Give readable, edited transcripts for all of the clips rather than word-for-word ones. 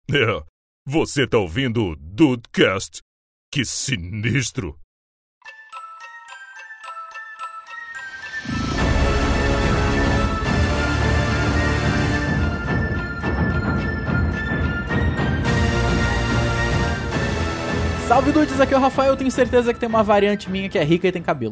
É, você tá ouvindo o Dudecast? Que sinistro! Salve dudes, aqui é o Rafael, eu tenho certeza que tem uma variante minha que é rica e tem cabelo.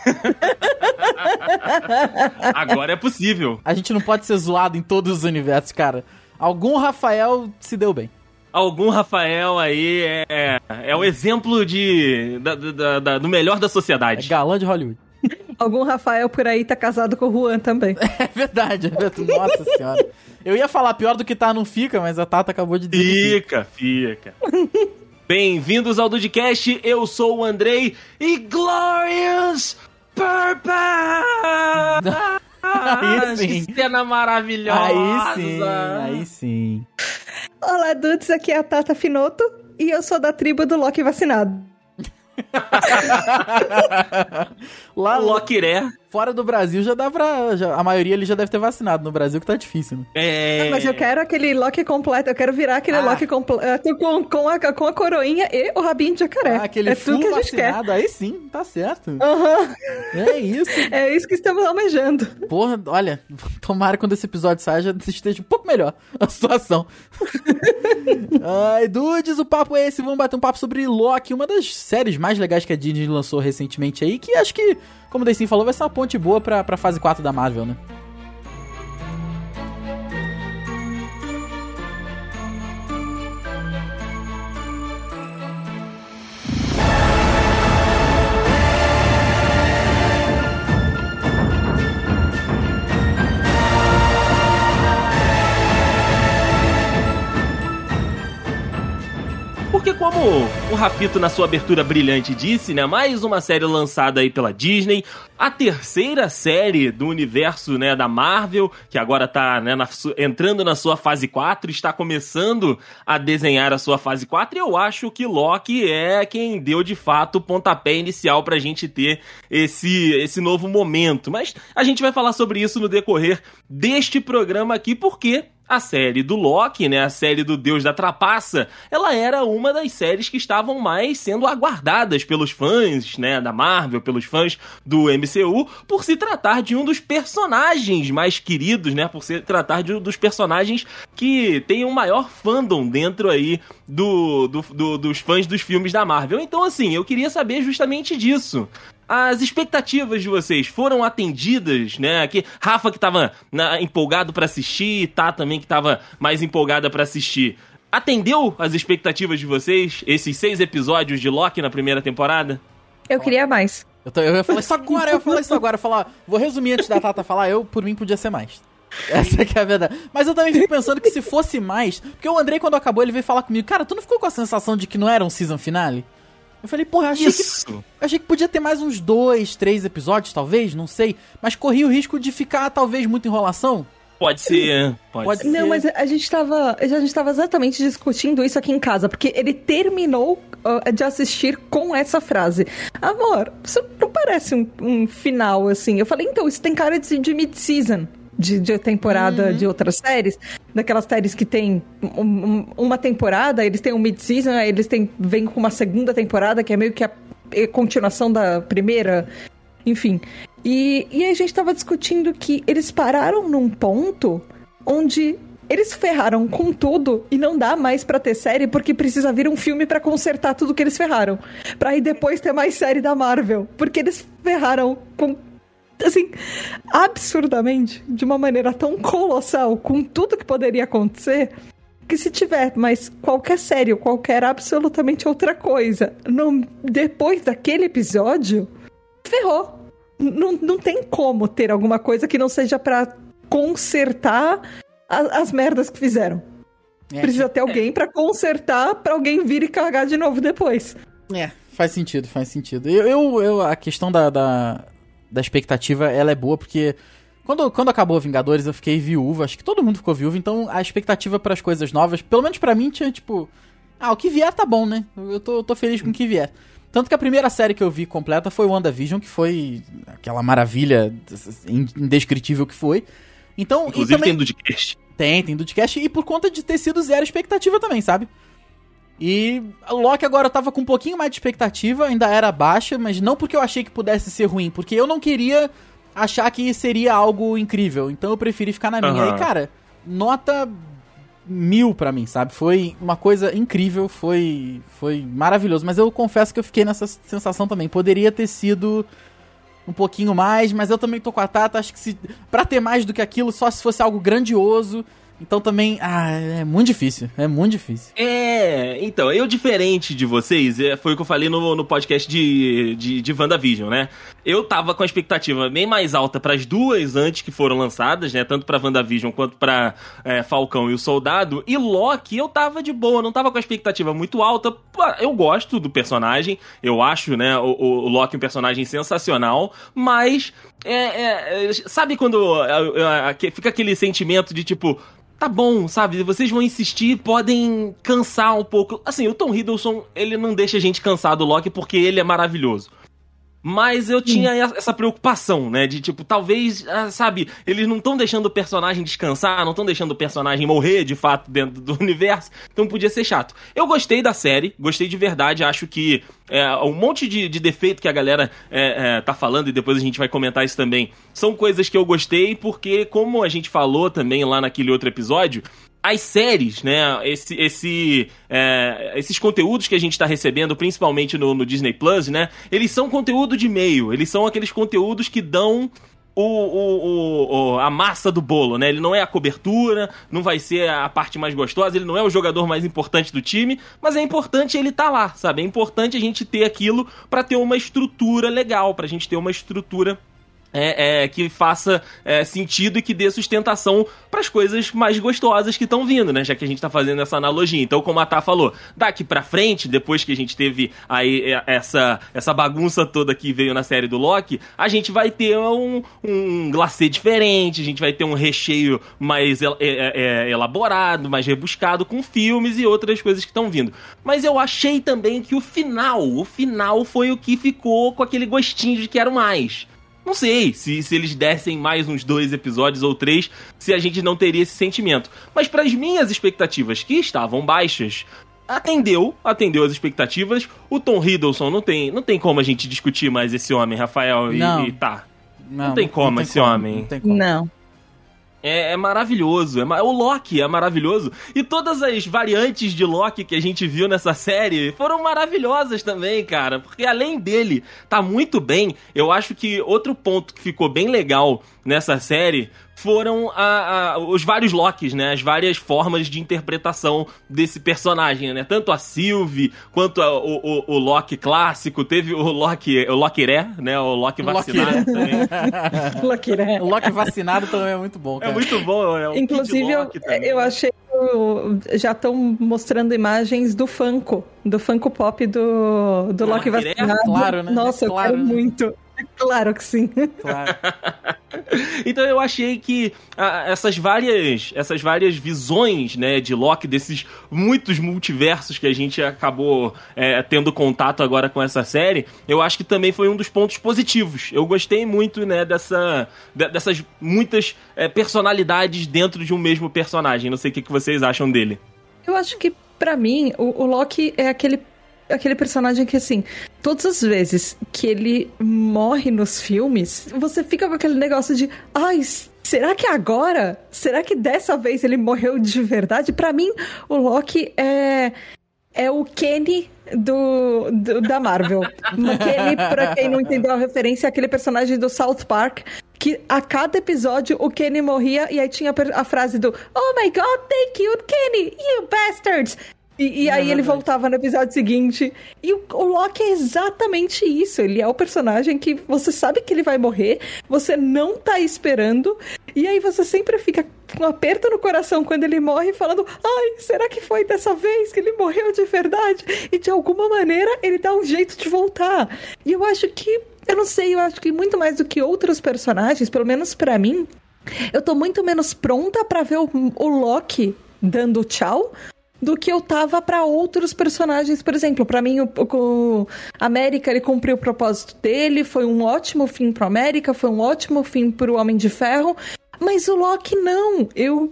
Agora é possível. A gente não pode ser zoado em todos os universos, cara. Algum Rafael se deu bem. Algum Rafael aí é o exemplo do melhor da sociedade. É galã de Hollywood. Algum Rafael por aí tá casado com o Juan também. É verdade. Nossa senhora. Eu ia falar pior do que tá, não fica, mas a Tata acabou de dizer. Fica. Bem-vindos ao Dudecast, eu sou o Andrei e Glorious Purpose! Aí sim. Que cena maravilhosa! Aí sim. Olá, dudes, aqui é a Tata Finoto e eu sou da tribo do Loki vacinado. Lá, Loquiré. Fora do Brasil já dá pra... a maioria ali já deve ter vacinado. No Brasil que tá difícil, né? Mas eu quero aquele Loki completo. Eu quero virar aquele Loki completo com a coroinha e o rabinho de jacaré. Aquele full tudo que a gente vacinado. quer. Aí sim, tá certo. Uhum. É isso. É isso que estamos almejando. Porra, olha, tomara quando esse episódio saia já esteja um pouco melhor a situação. Ai, dudes, o papo é esse. Vamos bater um papo sobre Loki, uma das séries mais legais que a Disney lançou recentemente aí, que acho que, como o Deicin falou, vai ser uma ponte boa pra fase 4 da Marvel, né? Porque como o Rafito na sua abertura brilhante disse, né, mais uma série lançada aí pela Disney, a terceira série do universo, né, da Marvel, que agora tá, né, entrando na sua fase 4, está começando a desenhar a sua fase 4, e eu acho que Loki é quem deu de fato o pontapé inicial pra gente ter esse novo momento. Mas a gente vai falar sobre isso no decorrer deste programa aqui, porque a série do Loki, né, a série do Deus da Trapaça, ela era uma das séries que estavam mais sendo aguardadas pelos fãs, né, da Marvel, pelos fãs do MCU, por se tratar de um dos personagens mais queridos, né, por se tratar de um dos personagens que tem o maior fandom dentro aí dos fãs dos filmes da Marvel. Então, assim, eu queria saber justamente disso. As expectativas de vocês foram atendidas, né? Aqui, Rafa que tava empolgado pra assistir, Tá também que tava mais empolgada pra assistir. Atendeu as expectativas de vocês, esses 6 episódios de Loki na primeira temporada? Eu queria mais. Eu ia falar isso agora, vou resumir antes da Tata falar, por mim podia ser mais. Essa que é a verdade. Mas eu também fico pensando que se fosse mais... Porque o Andrei, quando acabou, ele veio falar comigo, cara, tu não ficou com a sensação de que não era um season finale? Eu falei, porra, eu achei que podia ter mais uns 2, 3 episódios, talvez, não sei. Mas corria o risco de ficar, talvez, muita enrolação. Pode ser. Não, mas a gente tava exatamente discutindo isso aqui em casa, porque ele terminou de assistir com essa frase. Amor, isso não parece um final, assim. Eu falei, então, isso tem cara de mid-season. De temporada de outras séries, daquelas séries que tem uma temporada, eles têm um mid-season, aí eles vêm com uma segunda temporada, que é meio que a continuação da primeira, enfim. E a gente tava discutindo que eles pararam num ponto onde eles ferraram com tudo e não dá mais pra ter série porque precisa vir um filme pra consertar tudo que eles ferraram. Pra aí depois ter mais série da Marvel. Porque eles ferraram com... assim, absurdamente, de uma maneira tão colossal, com tudo que poderia acontecer, que se tiver mais qualquer série ou qualquer absolutamente outra coisa depois daquele episódio, ferrou. Não tem como ter alguma coisa que não seja pra consertar as merdas que fizeram. Precisa ter alguém pra consertar, pra alguém vir e cagar de novo depois. Faz sentido. A questão da expectativa, ela é boa, porque quando acabou Vingadores eu fiquei viúvo, acho que todo mundo ficou viúvo, então a expectativa para as coisas novas, pelo menos pra mim, tinha tipo, o que vier tá bom, né? Eu tô feliz com o que vier. Tanto que a primeira série que eu vi completa foi WandaVision, que foi aquela maravilha indescritível que foi. Então, inclusive tem Dudecast. Tem Dudecast, e por conta de ter sido zero expectativa também, sabe? E Loki agora eu tava com um pouquinho mais de expectativa, ainda era baixa, mas não porque eu achei que pudesse ser ruim, porque eu não queria achar que seria algo incrível, então eu preferi ficar na minha. E cara, nota 1000 pra mim, sabe? Foi uma coisa incrível, foi maravilhoso, mas eu confesso que eu fiquei nessa sensação também, poderia ter sido um pouquinho mais, mas eu também tô com a Tata, acho que pra ter mais do que aquilo, só se fosse algo grandioso. Então também, é muito difícil, Então, eu diferente de vocês, foi o que eu falei no podcast de WandaVision, né? Eu tava com a expectativa bem mais alta pras duas antes que foram lançadas, né? Tanto pra WandaVision quanto pra Falcão e o Soldado. E Loki, eu tava de boa, não tava com a expectativa muito alta. Eu gosto do personagem, eu acho, né, o Loki um personagem sensacional, mas, sabe quando fica aquele sentimento de tipo... Tá bom, sabe? Vocês vão insistir, podem cansar um pouco. Assim, o Tom Hiddleston, ele não deixa a gente cansar do Loki porque ele é maravilhoso. Mas eu tinha essa preocupação, né? De tipo, talvez, sabe, eles não estão deixando o personagem descansar, não estão deixando o personagem morrer de fato dentro do universo, então podia ser chato. Eu gostei da série, gostei de verdade, acho que um monte de defeito que a galera tá falando, e depois a gente vai comentar isso também, são coisas que eu gostei, porque como a gente falou também lá naquele outro episódio, as séries, né, esses conteúdos que a gente tá recebendo, principalmente no Disney Plus, né, eles são conteúdo de meio, eles são aqueles conteúdos que dão a massa do bolo, né, ele não é a cobertura, não vai ser a parte mais gostosa, ele não é o jogador mais importante do time, mas é importante ele tá lá, sabe, é importante a gente ter aquilo pra ter uma estrutura legal, pra gente ter uma estrutura que faça sentido e que dê sustentação para as coisas mais gostosas que estão vindo, né? Já que a gente tá fazendo essa analogia. Então, como a Tá falou, daqui pra frente, depois que a gente teve aí essa bagunça toda que veio na série do Loki, a gente vai ter um glacê diferente, a gente vai ter um recheio mais elaborado, mais rebuscado, com filmes e outras coisas que estão vindo. Mas eu achei também que o final foi o que ficou com aquele gostinho de quero mais. Não sei se eles dessem mais uns 2 episódios ou 3, se a gente não teria esse sentimento. Mas para as minhas expectativas, que estavam baixas, atendeu as expectativas. O Tom Hiddleston, não tem como a gente discutir mais esse homem, Rafael e Tá. Não tem como esse homem. Não tem como. Não. É maravilhoso, o Loki é maravilhoso, e todas as variantes de Loki que a gente viu nessa série foram maravilhosas também, cara, porque além dele tá muito bem, eu acho que outro ponto que ficou bem legal nessa série foram os vários Lokis, né? As várias formas de interpretação desse personagem, né? Tanto a Sylvie, quanto o Loki clássico. Teve o Lokiré, né? O Loki vacinado também. Lokiré. O Loki vacinado também é muito bom, cara. É muito bom. Inclusive, eu achei que já estão mostrando imagens do Funko Pop do Loki vacinado. Claro, né? Nossa, eu quero muito. Claro que sim. Claro. Então eu achei que essas várias visões, né, de Loki, desses muitos multiversos que a gente acabou tendo contato agora com essa série, eu acho que também foi um dos pontos positivos. Eu gostei muito, né, dessas muitas personalidades dentro de um mesmo personagem. Não sei o que vocês acham dele. Eu acho que, pra mim, o Loki é aquele personagem que, assim, todas as vezes que ele morre nos filmes, você fica com aquele negócio de, ai, será que agora? Será que dessa vez ele morreu de verdade? Pra mim, o Loki é o Kenny da Marvel. O Kenny, pra quem não entendeu a referência, é aquele personagem do South Park, que a cada episódio o Kenny morria e aí tinha a frase do Oh my God, they killed Kenny, you bastards! E aí ele voltava no episódio seguinte. E o Loki é exatamente isso. Ele é o personagem que você sabe que ele vai morrer, você não tá esperando, e aí você sempre fica com um aperto no coração quando ele morre, falando, ai, será que foi dessa vez que ele morreu de verdade? E de alguma maneira ele dá um jeito de voltar. E eu acho que, eu acho que muito mais do que outros personagens, pelo menos pra mim, eu tô muito menos pronta pra ver o Loki dando tchau do que eu tava pra outros personagens. Por exemplo, pra mim, o América, ele cumpriu o propósito dele, foi um ótimo fim pro América, foi um ótimo fim pro Homem de Ferro, mas o Loki não. Eu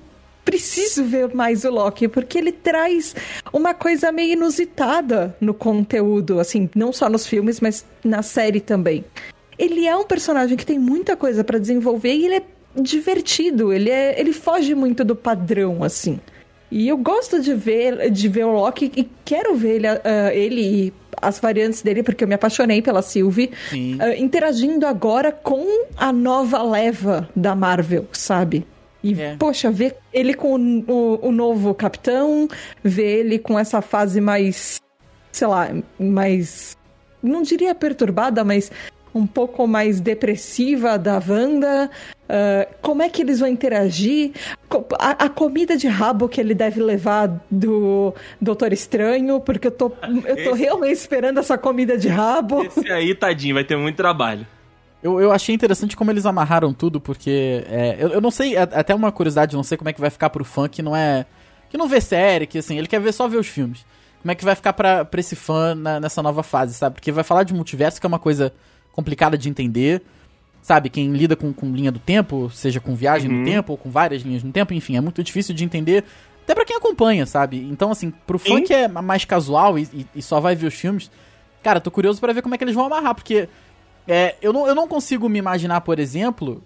preciso ver mais o Loki, porque ele traz uma coisa meio inusitada no conteúdo, assim, não só nos filmes, mas na série também. Ele é um personagem que tem muita coisa pra desenvolver e ele é divertido, ele foge muito do padrão, assim. E eu gosto de ver o Loki e quero ver ele e as variantes dele, porque eu me apaixonei pela Sylvie, interagindo agora com a nova leva da Marvel, sabe? E, poxa, ver ele com o novo Capitão, ver ele com essa fase mais, sei lá, mais, não diria perturbada, mas um pouco mais depressiva da Wanda. Como é que eles vão interagir? A comida de rabo que ele deve levar do Doutor Estranho, porque eu tô realmente esperando essa comida de rabo. Esse aí, tadinho, vai ter muito trabalho. Eu achei interessante como eles amarraram tudo, porque eu não sei, até uma curiosidade, não sei como é que vai ficar pro fã que não vê série, que assim, ele quer só ver os filmes. Como é que vai ficar pra esse fã nessa nova fase, sabe? Porque vai falar de multiverso, que é uma coisa complicada de entender, sabe? Quem lida com linha do tempo, seja com viagem no tempo ou com várias linhas no tempo, enfim, é muito difícil de entender, até pra quem acompanha, sabe? Então, assim, pro fã que é mais casual e só vai ver os filmes, cara, tô curioso pra ver como é que eles vão amarrar, porque eu não consigo me imaginar, por exemplo,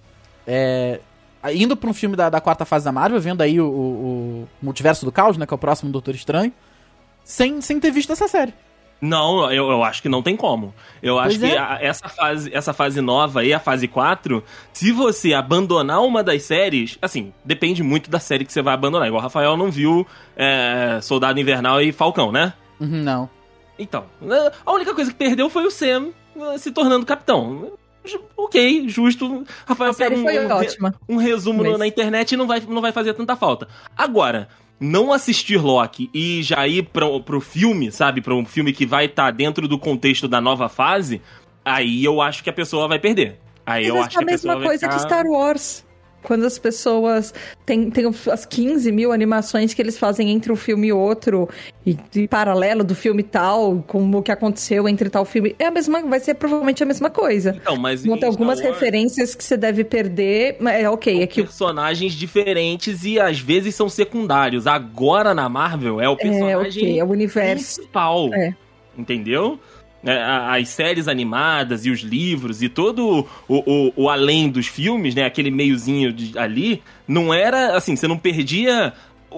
indo pra um filme da quarta fase da Marvel, vendo aí o Multiverso do Caos, né, que é o próximo Doutor Estranho, sem ter visto essa série. Não, eu acho que não tem como. Eu acho que essa fase nova e a fase 4, se você abandonar uma das séries, assim, depende muito da série que você vai abandonar. Igual o Rafael não viu Soldado Invernal e Falcão, né? Não. Então, a única coisa que perdeu foi o Sam se tornando capitão. Ok, justo. Rafael, a série foi ótima. Um resumo na internet e não vai fazer tanta falta. Agora, não assistir Loki e já ir pro filme, sabe? Pra um filme que vai estar dentro do contexto da nova fase, aí eu acho que a pessoa vai perder. Aí eu acho que a pessoa vai mesma coisa que Star Wars. Quando as pessoas tem as 15 mil animações que eles fazem entre um filme e outro, e paralelo do filme tal, como o que aconteceu entre tal filme, vai ser provavelmente a mesma coisa. Então, mas vão ter algumas referências que você deve perder, mas ok. Personagens diferentes e às vezes são secundários. Agora na Marvel é o personagem é o universo principal. Entendeu? As séries animadas e os livros e todo o além dos filmes, né? Aquele meiozinho ali, não era assim, você não perdia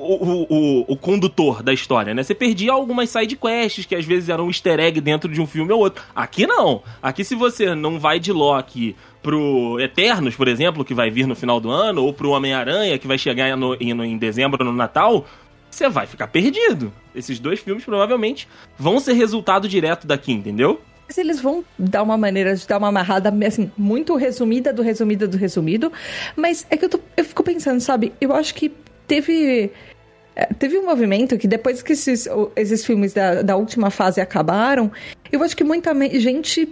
o condutor da história, né? Você perdia algumas side quests que às vezes eram um easter egg dentro de um filme ou outro. Aqui não. Aqui se você não vai de Loki pro Eternos, por exemplo, que vai vir no final do ano, ou pro Homem-Aranha, que vai chegar em dezembro, no Natal, você vai ficar perdido. Esses dois filmes provavelmente vão ser resultado direto daqui, entendeu? Mas eles vão dar uma maneira de dar uma amarrada, assim, muito resumida do resumido. Mas é que eu fico pensando, sabe? Eu acho que teve um movimento que depois que esses filmes da última fase acabaram, eu acho que muita gente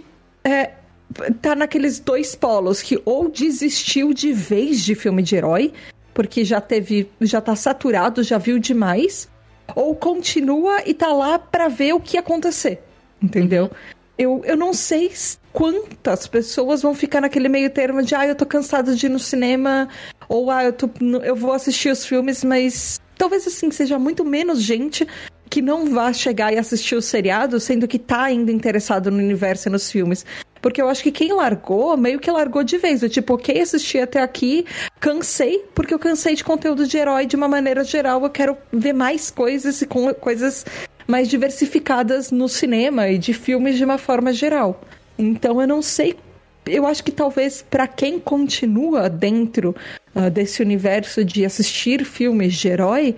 tá naqueles dois polos, que ou desistiu de vez de filme de herói, porque já tá saturado, já viu demais, ou continua e tá lá pra ver o que acontecer, entendeu? Eu não sei quantas pessoas vão ficar naquele meio termo de eu tô cansada de ir no cinema, ou eu vou assistir os filmes, mas talvez assim seja muito menos gente que não vá chegar e assistir o seriado, sendo que tá ainda interessado no universo e nos filmes. Porque eu acho que quem largou, meio que largou de vez. Eu, ok, assisti até aqui, cansei, porque eu cansei de conteúdo de herói de uma maneira geral. Eu quero ver mais coisas e com coisas mais diversificadas no cinema e de filmes de uma forma geral. Então eu não sei, eu acho que talvez para quem continua dentro desse universo de assistir filmes de herói,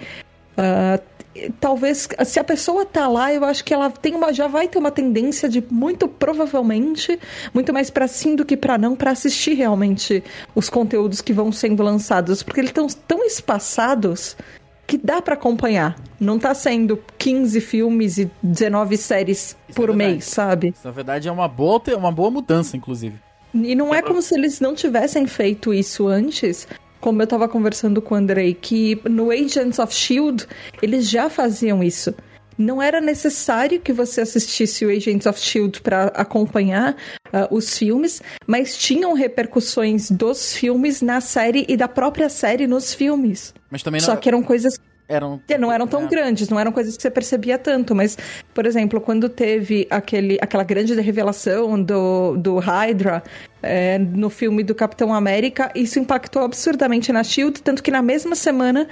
talvez, se a pessoa tá lá, eu acho que ela já vai ter uma tendência de, muito provavelmente, muito mais pra sim do que pra não, pra assistir realmente os conteúdos que vão sendo lançados, porque eles estão tão espaçados que dá pra acompanhar. Não tá sendo 15 filmes e 19 séries por mês, sabe? Isso, na verdade, é uma boa mudança, inclusive. E não é como se eles não tivessem feito isso antes. Como eu tava conversando com o Andrei, que no Agents of S.H.I.E.L.D. eles já faziam isso. não era necessário que você assistisse o Agents of S.H.I.E.L.D. para acompanhar os filmes, mas tinham repercussões dos filmes na série e da própria série nos filmes. Mas também não... Só que eram coisas... não eram tão É. grandes, não eram coisas que você percebia tanto, mas, por exemplo, quando teve aquela grande revelação do Hydra no filme do Capitão América, isso impactou absurdamente na S.H.I.E.L.D., tanto que na mesma semana,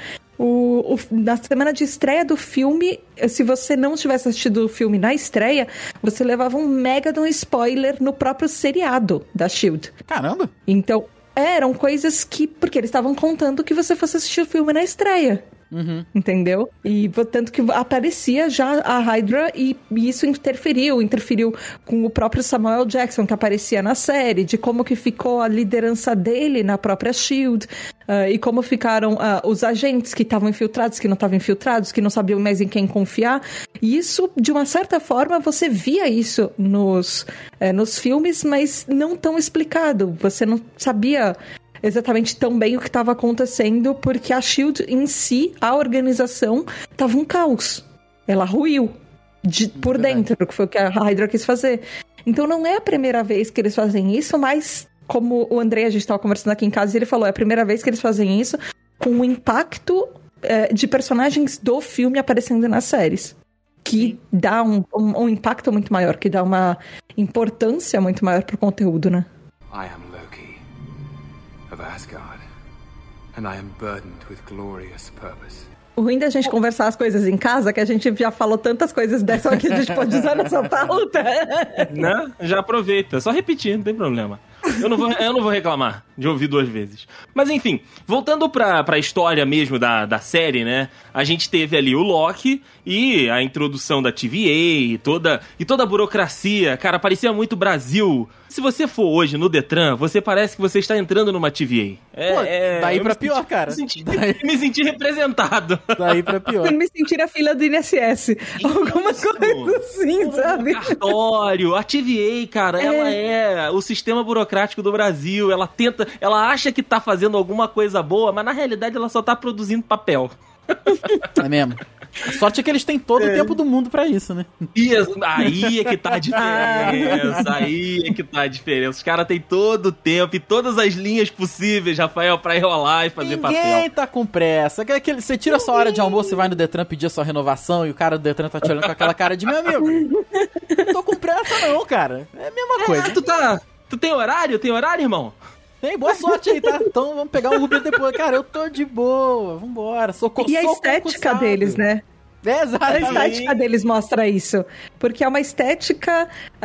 na semana de estreia do filme, se você não tivesse assistido o filme na estreia, você levava um mega de um spoiler no próprio seriado da S.H.I.E.L.D. Caramba! Então, eram coisas porque eles estavam contando que você fosse assistir o filme na estreia. Uhum. Entendeu? E tanto que aparecia já a Hydra e isso interferiu com o próprio Samuel Jackson, que aparecia na série, de como que ficou a liderança dele na própria S.H.I.E.L.D., e como ficaram os agentes que estavam infiltrados, que não estavam infiltrados, que não sabiam mais em quem confiar. E isso, de uma certa forma, você via isso nos filmes, mas não tão explicado. Você não sabia exatamente tão bem o que estava acontecendo, porque a S.H.I.E.L.D. em si, a organização, estava um caos. Ela ruiu por dentro, que foi o que a Hydra quis fazer. Então não é a primeira vez que eles fazem isso, mas como o André, a gente estava conversando aqui em casa, e ele falou, é a primeira vez que eles fazem isso com o impacto de personagens do filme aparecendo nas séries. Que dá um impacto muito maior, que dá uma importância muito maior pro conteúdo, né? I am Loki, of Asgard, and I am burdened with glorious purpose. O ruim da gente conversar as coisas em casa, que a gente já falou tantas coisas dessa que a gente pode usar nessa pauta. Né? Já aproveita, só repetir, não tem problema. Eu não vou reclamar de ouvir 2 vezes. Mas enfim, voltando pra história mesmo da série, né? A gente teve ali o Loki e a introdução da TVA e toda a burocracia. Cara, parecia muito Brasil. Se você for hoje no Detran, você parece que você está entrando numa TVA. Daí pra pior, cara. Me senti representado. Daí pra pior. Me sentir a fila do INSS. Alguma coisa assim, sabe? Cartório, a TVA, cara, ela é o sistema burocrático do Brasil. Ela acha que tá fazendo alguma coisa boa, mas na realidade ela só tá produzindo papel. É mesmo. A sorte é que eles têm todo o tempo do mundo pra isso, né? Aí é que tá a diferença. Os caras têm todo o tempo e todas as linhas possíveis, Rafael, pra enrolar e fazer papel. Ninguém tá com pressa. Você tira a sua hora de almoço e vai no Detran pedir a sua renovação e o cara do Detran tá te olhando com aquela cara de meu amigo. Não tô com pressa não, cara. É a mesma coisa. Tu tem horário? Tem horário, irmão? Tem, boa sorte aí, tá? Então vamos pegar um Uber depois. Cara, eu tô de boa, vambora. E a estética deles, né? Exatamente. A estética deles mostra isso. Porque é uma estética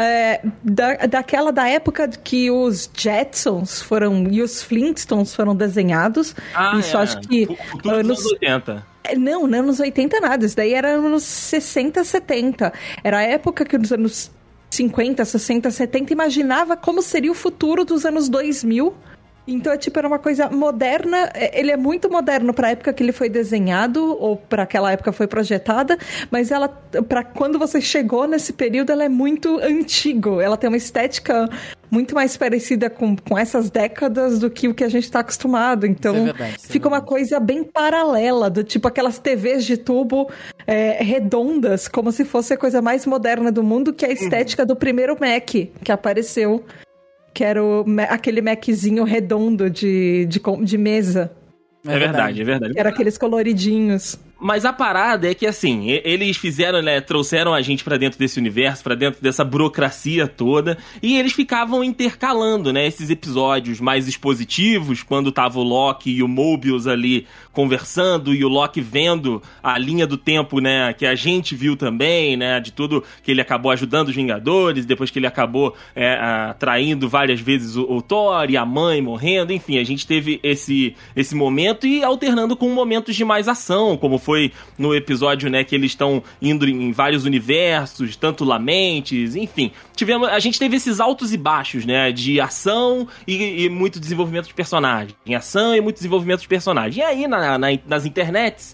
daquela da época que os Jetsons e os Flintstones foram desenhados. Isso acho que... anos 80. Não, anos 80 nada. Isso daí era anos 60, 70. Era a época que nos anos 50, 60, 70 imaginava como seria o futuro dos anos 2000. Então, era uma coisa moderna. Ele é muito moderno para a época que ele foi desenhado, ou para aquela época foi projetada, mas para quando você chegou nesse período, ela é muito antigo. Ela tem uma estética muito mais parecida com essas décadas do que o que a gente está acostumado. Então, fica uma coisa bem paralela, do tipo aquelas TVs de tubo redondas, como se fosse a coisa mais moderna do mundo, que é a estética do primeiro Mac que apareceu. Que era aquele Maczinho redondo de mesa. É verdade. Que era aqueles coloridinhos. Mas a parada é que, assim, eles fizeram, né, trouxeram a gente pra dentro desse universo, pra dentro dessa burocracia toda, e eles ficavam intercalando, né, esses episódios mais expositivos, quando tava o Loki e o Mobius ali conversando, e o Loki vendo a linha do tempo, né, que a gente viu também, né, de tudo que ele acabou ajudando os Vingadores, depois que ele acabou traindo várias vezes o Thor e a mãe morrendo, enfim, a gente teve esse momento e alternando com momentos de mais ação, como foi no episódio, né, que eles estão indo em vários universos, tanto Lamentes, enfim. A gente teve esses altos e baixos, né, de ação e muito desenvolvimento de personagem. Em ação e muito desenvolvimento de personagem. E aí, nas internets,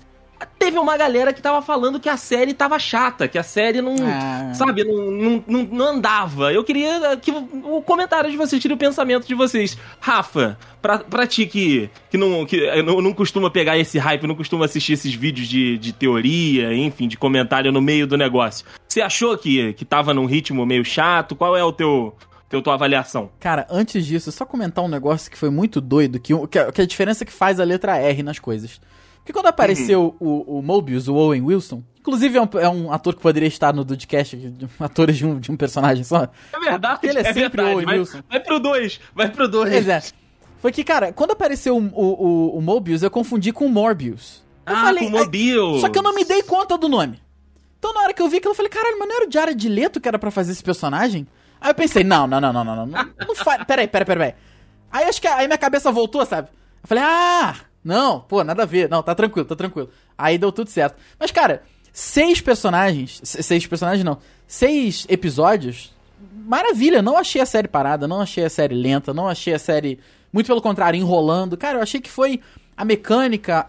teve uma galera que tava falando que a série tava chata, que a série não, sabe, não andava. Eu queria que o comentário de vocês, tire o pensamento de vocês. Rafa, pra ti que não costuma pegar esse hype, não costuma assistir esses vídeos de teoria, enfim, de comentário no meio do negócio, você achou que tava num ritmo meio chato? Qual é tua avaliação? Cara, antes disso, só comentar um negócio que foi muito doido, que a diferença que faz a letra R nas coisas. Porque quando apareceu o Mobius, o Owen Wilson, inclusive é um ator que poderia estar no Dudecast, atores de um personagem só. É verdade, ele é sempre o Owen Wilson. Vai pro 2. Pois é. Foi que, cara, quando apareceu o Mobius, eu confundi com o Morbius. Eu falei, com o Mobius. Só que eu não me dei conta do nome. Então na hora que eu vi aquilo, eu falei, caralho, mas não era o Jared Leto que era pra fazer esse personagem? Aí eu pensei, não faz. Peraí. Aí acho que aí minha cabeça voltou, sabe? Eu falei, não, pô, nada a ver. Não, tá tranquilo. Aí deu tudo certo. Mas, cara, 6 episódios, maravilha. Não achei a série parada, não achei a série lenta, não achei a série, muito pelo contrário, enrolando. Cara, eu achei que foi a mecânica,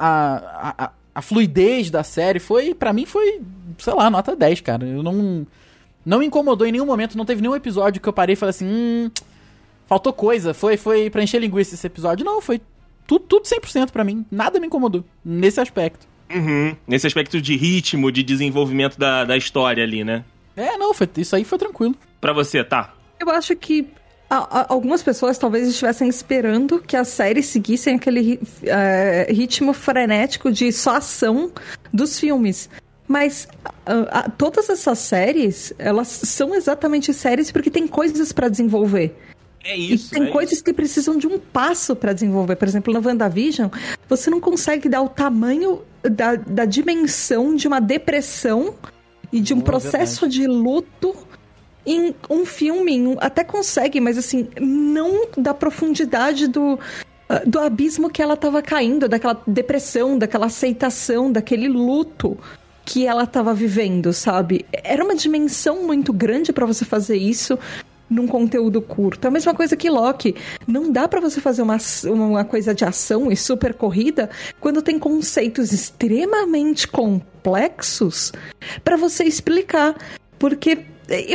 a fluidez da série, pra mim foi, sei lá, nota 10, cara. Eu não me incomodou em nenhum momento, não teve nenhum episódio que eu parei e falei assim, faltou coisa, foi pra encher linguiça esse episódio. Não, foi tudo 100% pra mim, nada me incomodou nesse aspecto. Nesse aspecto de ritmo, de desenvolvimento da história ali, né? Isso aí foi tranquilo. Pra você, tá? Eu acho que algumas pessoas talvez estivessem esperando que as séries seguissem aquele ritmo frenético de só ação dos filmes. Mas todas essas séries, elas são exatamente séries porque tem coisas pra desenvolver. É isso. E tem coisas que precisam de um passo pra desenvolver. Por exemplo, no WandaVision, você não consegue dar o tamanho da dimensão de uma depressão e de um processo de luto em um filme. Até consegue, mas assim, não da profundidade do abismo que ela tava caindo, daquela depressão, daquela aceitação, daquele luto que ela tava vivendo, sabe? Era uma dimensão muito grande pra você fazer isso num conteúdo curto. É a mesma coisa que Loki. Não dá pra você fazer uma coisa de ação e super corrida quando tem conceitos extremamente complexos pra você explicar. Porque,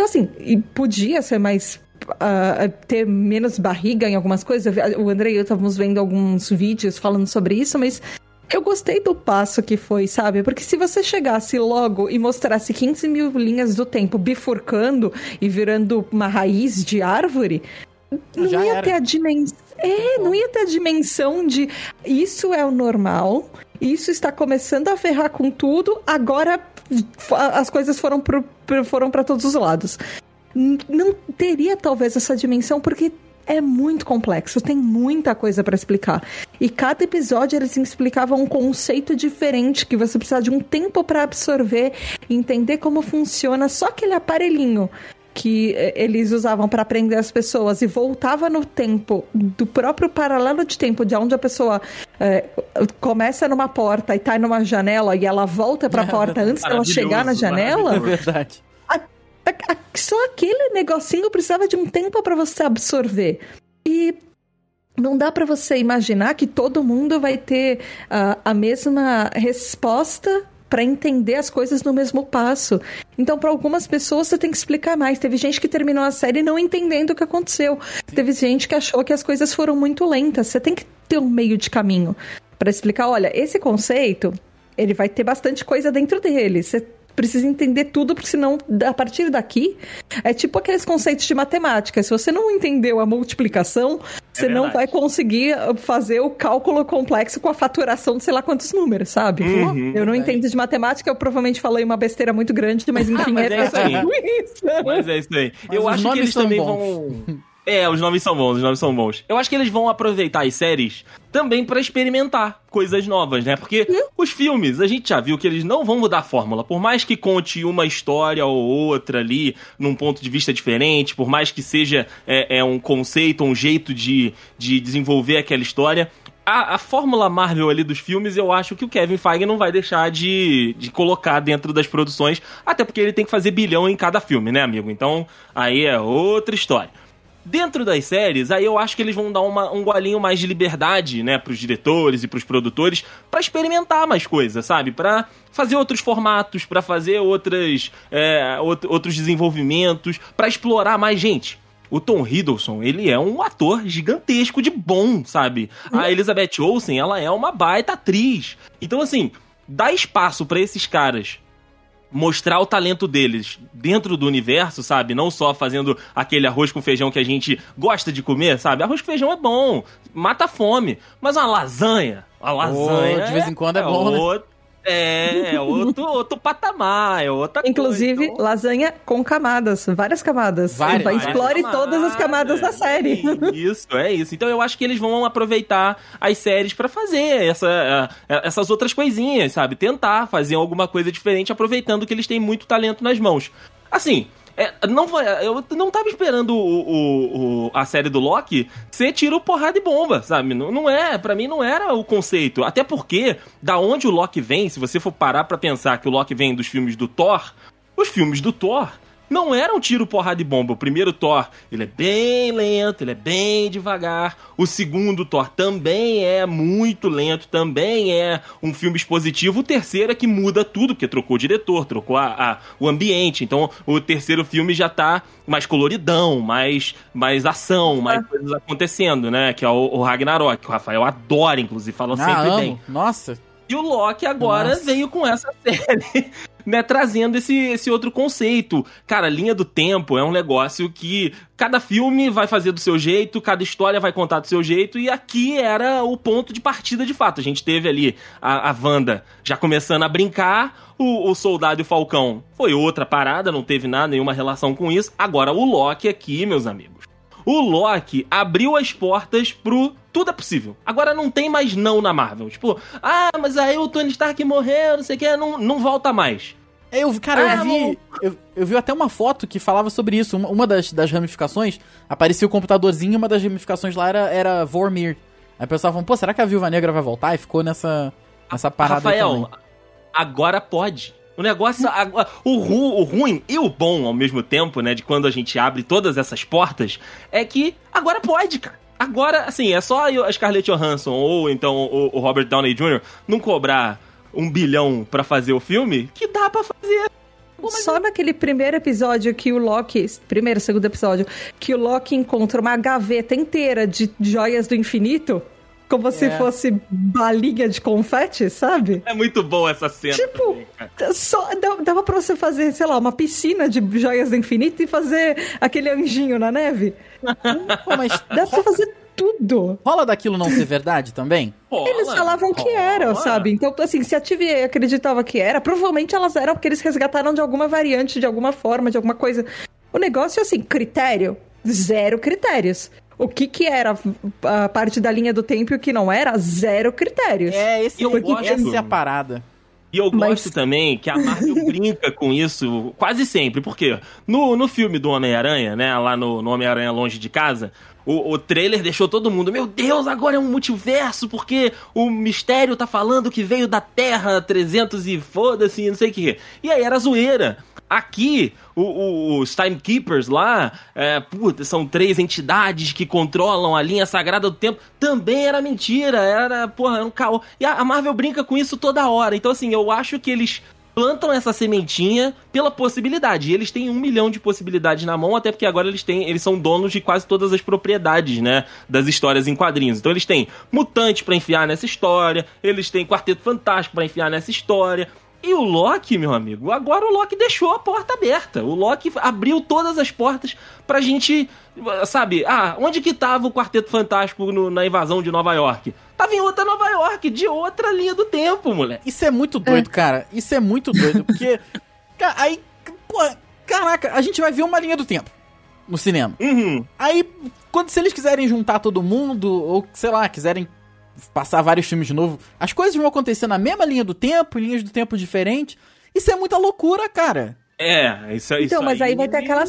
podia ser mais... ter menos barriga em algumas coisas. O André e eu estávamos vendo alguns vídeos falando sobre isso, mas eu gostei do passo que foi, sabe? Porque se você chegasse logo e mostrasse 15 mil linhas do tempo bifurcando e virando uma raiz de árvore, não ia ter a dimensão. Não ia ter a dimensão de isso é o normal, isso está começando a ferrar com tudo, agora as coisas foram para todos os lados. Não teria talvez essa dimensão, porque é muito complexo, tem muita coisa pra explicar. E cada episódio eles explicavam um conceito diferente que você precisa de um tempo pra absorver, entender como funciona só aquele aparelhinho que eles usavam pra prender as pessoas e voltava no tempo do próprio paralelo de tempo de onde a pessoa começa numa porta e tá numa janela e ela volta pra porta antes dela chegar na janela. É verdade. Só aquele negocinho precisava de um tempo pra você absorver. E não dá pra você imaginar que todo mundo vai ter a mesma resposta pra entender as coisas no mesmo passo. Então, pra algumas pessoas, você tem que explicar mais. Teve gente que terminou a série não entendendo o que aconteceu. Teve gente que achou que as coisas foram muito lentas. Você tem que ter um meio de caminho pra explicar, olha, esse conceito, ele vai ter bastante coisa dentro dele. Você precisa entender tudo, porque senão, a partir daqui, é tipo aqueles conceitos de matemática. Se você não entendeu a multiplicação, você não vai conseguir fazer o cálculo complexo com a faturação de sei lá quantos números, sabe? Eu não entendo de matemática, eu provavelmente falei uma besteira muito grande, mas enfim, mas é isso aí. Mas é isso aí. Eu acho que eles também vão... os nomes são bons. Eu acho que eles vão aproveitar as séries também pra experimentar coisas novas, né? Porque os filmes, a gente já viu que eles não vão mudar a fórmula. Por mais que conte uma história ou outra ali, num ponto de vista diferente, por mais que seja um conceito, um jeito de desenvolver aquela história, a fórmula Marvel ali dos filmes, eu acho que o Kevin Feige não vai deixar de colocar dentro das produções, até porque ele tem que fazer bilhão em cada filme, né, amigo? Então, aí é outra história. Dentro das séries, aí eu acho que eles vão dar um golinho mais de liberdade, né, pros diretores e pros produtores, pra experimentar mais coisas, sabe? Pra fazer outros formatos, pra fazer outros desenvolvimentos, pra explorar mais gente. O Tom Hiddleston, ele é um ator gigantesco de bom, sabe? A Elizabeth Olsen, ela é uma baita atriz. Então, assim, dá espaço pra esses caras mostrar o talento deles dentro do universo, sabe? Não só fazendo aquele arroz com feijão que a gente gosta de comer, sabe? Arroz com feijão é bom, mata a fome. Mas uma lasanha de vez em quando é bom, né? É outro patamar, é outra Inclusive, coisa. Então... lasanha com camadas, várias camadas. Explore todas as camadas da série. É isso. Então eu acho que eles vão aproveitar as séries pra fazer essas outras coisinhas, sabe? Tentar fazer alguma coisa diferente, aproveitando que eles têm muito talento nas mãos. Assim... eu não tava esperando a série do Loki ser tiro, porrada e bomba, sabe? Pra mim não era o conceito. Até porque, da onde o Loki vem, se você for parar pra pensar que o Loki vem dos filmes do Thor, os filmes do Thor não eram tiro, porrada e bomba. O primeiro Thor, ele é bem lento, ele é bem devagar. O segundo Thor também é muito lento, também é um filme expositivo. O terceiro é que muda tudo, porque trocou o diretor, trocou o ambiente. Então, o terceiro filme já tá mais coloridão, mais ação, mais coisas acontecendo, né? Que é o Ragnarok, que o Rafael adora, inclusive, fala sempre bem. Nossa! E o Loki agora veio com essa série, né, trazendo esse outro conceito. Cara, linha do tempo é um negócio que cada filme vai fazer do seu jeito, cada história vai contar do seu jeito, e aqui era o ponto de partida de fato. A gente teve ali a Wanda já começando a brincar, o Soldado e o Falcão foi outra parada, não teve nenhuma relação com isso. Agora o Loki aqui, meus amigos. O Loki abriu as portas pro tudo é possível. Agora não tem mais não na Marvel. Tipo, mas aí o Tony Stark morreu, não sei o que, não volta mais. Eu vi até uma foto que falava sobre isso. Uma das ramificações, aparecia o computadorzinho, uma das ramificações lá era Vormir. Aí o pessoal falou, pô, será que a Viúva Negra vai voltar? E ficou nessa parada. Rafael, agora pode. O negócio, o ruim e o bom ao mesmo tempo, né, de quando a gente abre todas essas portas, é que agora pode, cara. Agora, assim, é só a Scarlett Johansson ou então o Robert Downey Jr. não cobrar $1 bilhão pra fazer o filme, que dá pra fazer. Só naquele primeiro episódio que o Loki... segundo episódio, que o Loki encontra uma gaveta inteira de joias do infinito... Como se fosse balinha de confete, sabe? É muito bom essa cena. Tipo, só dava pra você fazer, sei lá, uma piscina de joias do infinito e fazer aquele anjinho na neve. Pô, mas dá pra fazer tudo. Rola daquilo não ser verdade também? Eles falavam que era, sabe? Então, assim, se a TVA acreditava que era, provavelmente elas eram porque eles resgataram de alguma variante, de alguma forma, de alguma coisa. O negócio, assim, critério, 0 critérios. O que era a parte da linha do tempo e o que não era, 0 critérios. Essa é a parada. E eu gosto também que a Marvel brinca com isso quase sempre, porque no filme do Homem-Aranha, né, lá no Homem-Aranha Longe de Casa, o trailer deixou todo mundo, meu Deus, agora é um multiverso, porque o Mistério tá falando que veio da Terra 300 e foda-se, não sei o que. E aí era zoeira. Aqui, os Timekeepers lá, são 3 entidades que controlam a linha sagrada do tempo. Também era mentira, era um caô. E a Marvel brinca com isso toda hora. Então, assim, eu acho que eles plantam essa sementinha pela possibilidade. E eles têm 1 milhão de possibilidades na mão, até porque agora eles são donos de quase todas as propriedades, né, das histórias em quadrinhos. Então eles têm Mutante pra enfiar nessa história, eles têm Quarteto Fantástico pra enfiar nessa história. E o Loki, meu amigo, agora o Loki deixou a porta aberta. O Loki abriu todas as portas pra gente, sabe, onde que tava o Quarteto Fantástico na invasão de Nova York? Tava em outra Nova York, de outra linha do tempo, moleque. Isso é muito doido, cara. Isso é muito doido, porque aí, pô, caraca, a gente vai ver uma linha do tempo no cinema. Uhum. Aí, se eles quiserem juntar todo mundo, ou, sei lá, quiserem passar vários filmes de novo, as coisas vão acontecer na mesma linha do tempo, em linhas do tempo diferentes. Isso é muita loucura, cara. Isso então, mas aí vai ter aquela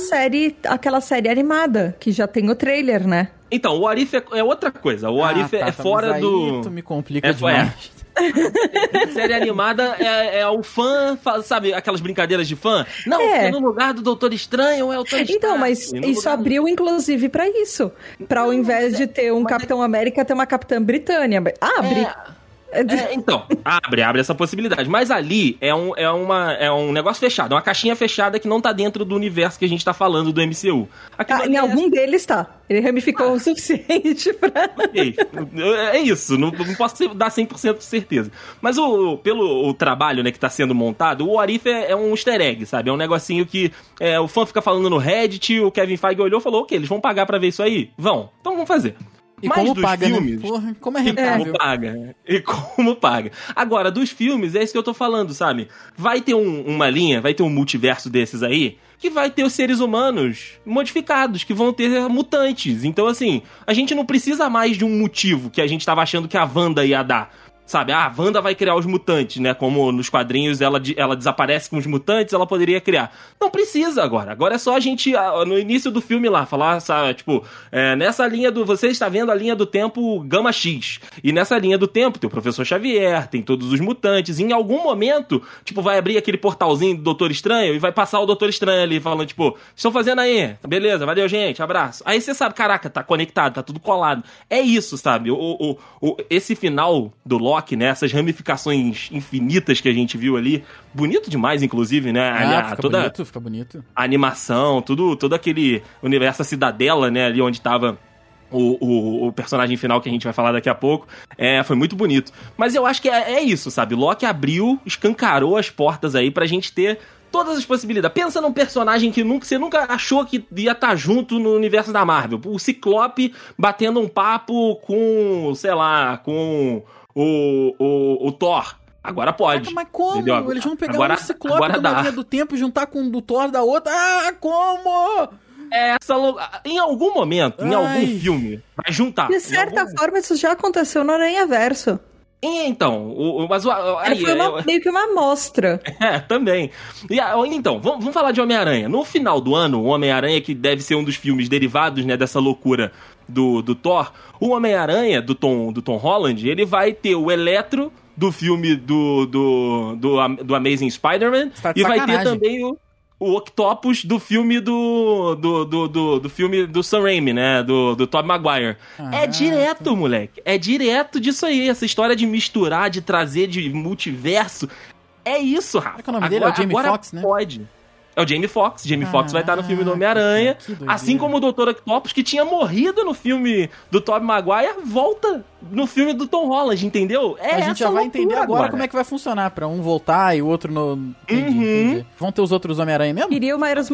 série animada, que já tem o trailer, né? Então, o What If é outra coisa. O What If é fora mas aí do... tu me complica demais. Série animada é o fã, sabe, aquelas brincadeiras de fã? Não, porque no lugar do Doutor Estranho é o Tony Stark. Então, mas isso abriu, inclusive, pra isso. Pra ao invés de ter um Capitão América, ter uma Capitã Britânia. Abre. Então, abre essa possibilidade. Mas ali é um negócio fechado, é uma caixinha fechada que não tá dentro do universo que a gente tá falando do MCU. Em algum deles tá. Ele ramificou o suficiente pra... Okay. É isso, não posso dar 100% de certeza. Mas pelo trabalho, né, que tá sendo montado, o What If é um easter egg, sabe? É um negocinho que o fã fica falando no Reddit, o Kevin Feige olhou e falou, ok, eles vão pagar pra ver isso aí? Vão, então vamos fazer. E como paga, filmes, né? Porra, como é rentável. E como paga. Agora, dos filmes, é isso que eu tô falando, sabe? Vai ter uma linha, vai ter um multiverso desses aí, que vai ter os seres humanos modificados, que vão ter mutantes. Então, assim, a gente não precisa mais de um motivo que a gente tava achando que a Wanda ia dar. Sabe, a Wanda vai criar os mutantes, né? Como nos quadrinhos ela desaparece com os mutantes, ela poderia criar. Não precisa agora. Agora é só a gente, no início do filme lá, falar, sabe, tipo, nessa linha você está vendo a linha do tempo Gama X. E nessa linha do tempo tem o Professor Xavier, tem todos os mutantes. E em algum momento, tipo, vai abrir aquele portalzinho do Doutor Estranho e vai passar o Doutor Estranho ali, falando, tipo, estão fazendo aí? Beleza, valeu, gente, abraço. Aí você sabe, caraca, tá conectado, tá tudo colado. É isso, sabe? Esse final do Loki, né, essas ramificações infinitas que a gente viu ali, bonito demais, inclusive, né, fica bonito. A animação, todo aquele universo, a cidadela, né, ali onde tava o personagem final que a gente vai falar daqui a pouco, foi muito bonito. Mas eu acho que é isso, sabe, Loki abriu, escancarou as portas aí pra gente ter todas as possibilidades. Pensa num personagem que você nunca achou que ia estar junto no universo da Marvel. O Ciclope batendo um papo com, sei lá, com o Thor. Agora pode. Mas como? Entendeu? Eles vão pegar um Ciclope de uma linha do tempo e juntar com o do Thor da outra? Ah, como? Em algum momento, em algum filme, vai juntar. De certa forma, isso já aconteceu no Aranhaverso. Então, foi meio que uma amostra. Também. Então, vamos falar de Homem-Aranha. No final do ano, o Homem-Aranha, que deve ser um dos filmes derivados, né, dessa loucura do Thor, o Homem-Aranha do Tom Holland, ele vai ter o Electro do filme do Amazing Spider-Man, e vai ter também o Octopus do filme do filme do Sam Raimi, né? Do Tobey Maguire. É direto, moleque. É direto disso aí. Essa história de misturar, de trazer de multiverso. É isso, Rafa. É que o nome dele é o Jamie Foxx, né? Pode. É o Jamie Foxx. Jamie Foxx vai estar no filme do Homem-Aranha. Assim como o Dr. Octopus, que tinha morrido no filme do Tobey Maguire, volta no filme do Tom Holland, entendeu? A gente já vai entender agora como é que vai funcionar, pra um voltar e o outro no... Entendi. Vão ter os outros Homem-Aranha mesmo? Queria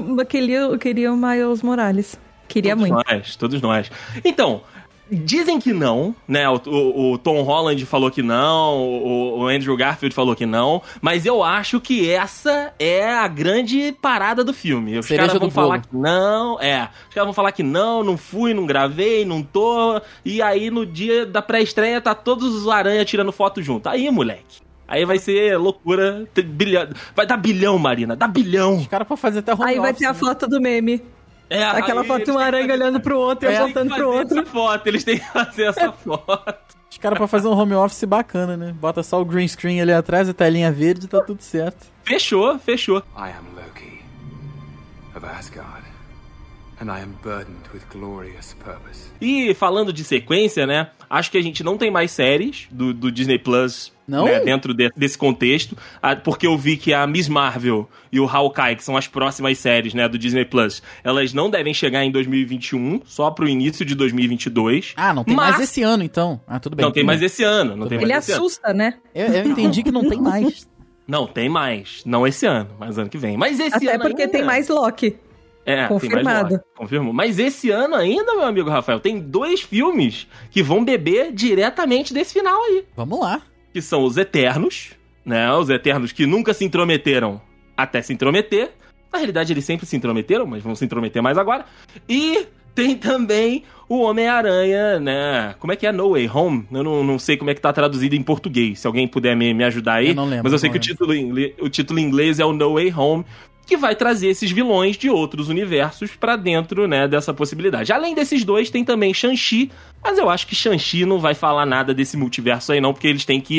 o Miles Morales. Queria todos muito. Todos nós. Então... Dizem que não, né? O Tom Holland falou que não, o Andrew Garfield falou que não, mas eu acho que essa é a grande parada do filme. Os caras vão falar que não, os caras vão falar que não fui, não gravei, não tô, e aí no dia da pré-estreia tá todos os aranha tirando foto junto. Aí, moleque. Aí vai ser loucura, vai dar bilhão, Marina, dá bilhão. Os caras podem fazer até home office. Aí vai ter a foto do meme. Aquela foto de uma aranha olhando pro outro e apontando pro outro. Eles têm que fazer essa foto. Os caras pra fazer um home office bacana, né? Bota só o green screen ali atrás, a telinha verde e tá tudo certo. Fechou. I am Loki, of Asgard, and I am burdened with glorious purpose. E falando de sequência, né? Acho que a gente não tem mais séries do Disney Plus, né, dentro desse contexto, porque eu vi que a Miss Marvel e o Hawkeye, que são as próximas séries, né, do Disney Plus, elas não devem chegar em 2021, só pro início de 2022. Não tem mais esse ano, então. Tudo bem. Não tem mais esse ano. Ele assusta, né? Eu entendi que não tem mais. Não, tem mais. Não esse ano, mas ano que vem. Mas esse Até ano porque ainda... tem mais Loki. Confirmado. Confirmou. Mas esse ano ainda, meu amigo Rafael, tem 2 filmes que vão beber diretamente desse final aí. Vamos lá. Que são os Eternos, né? Os Eternos que nunca se intrometeram até se intrometer. Na realidade, eles sempre se intrometeram, mas vão se intrometer mais agora. E tem também o Homem-Aranha, né? Como é que é? No Way Home? Eu não sei como é que tá traduzido em português. Se alguém puder me ajudar aí. Eu não lembro. Mas eu sei que o título em inglês é o No Way Home, que vai trazer esses vilões de outros universos pra dentro, né, dessa possibilidade. Além desses 2, tem também Shang-Chi, mas eu acho que Shang-Chi não vai falar nada desse multiverso aí não, porque eles têm que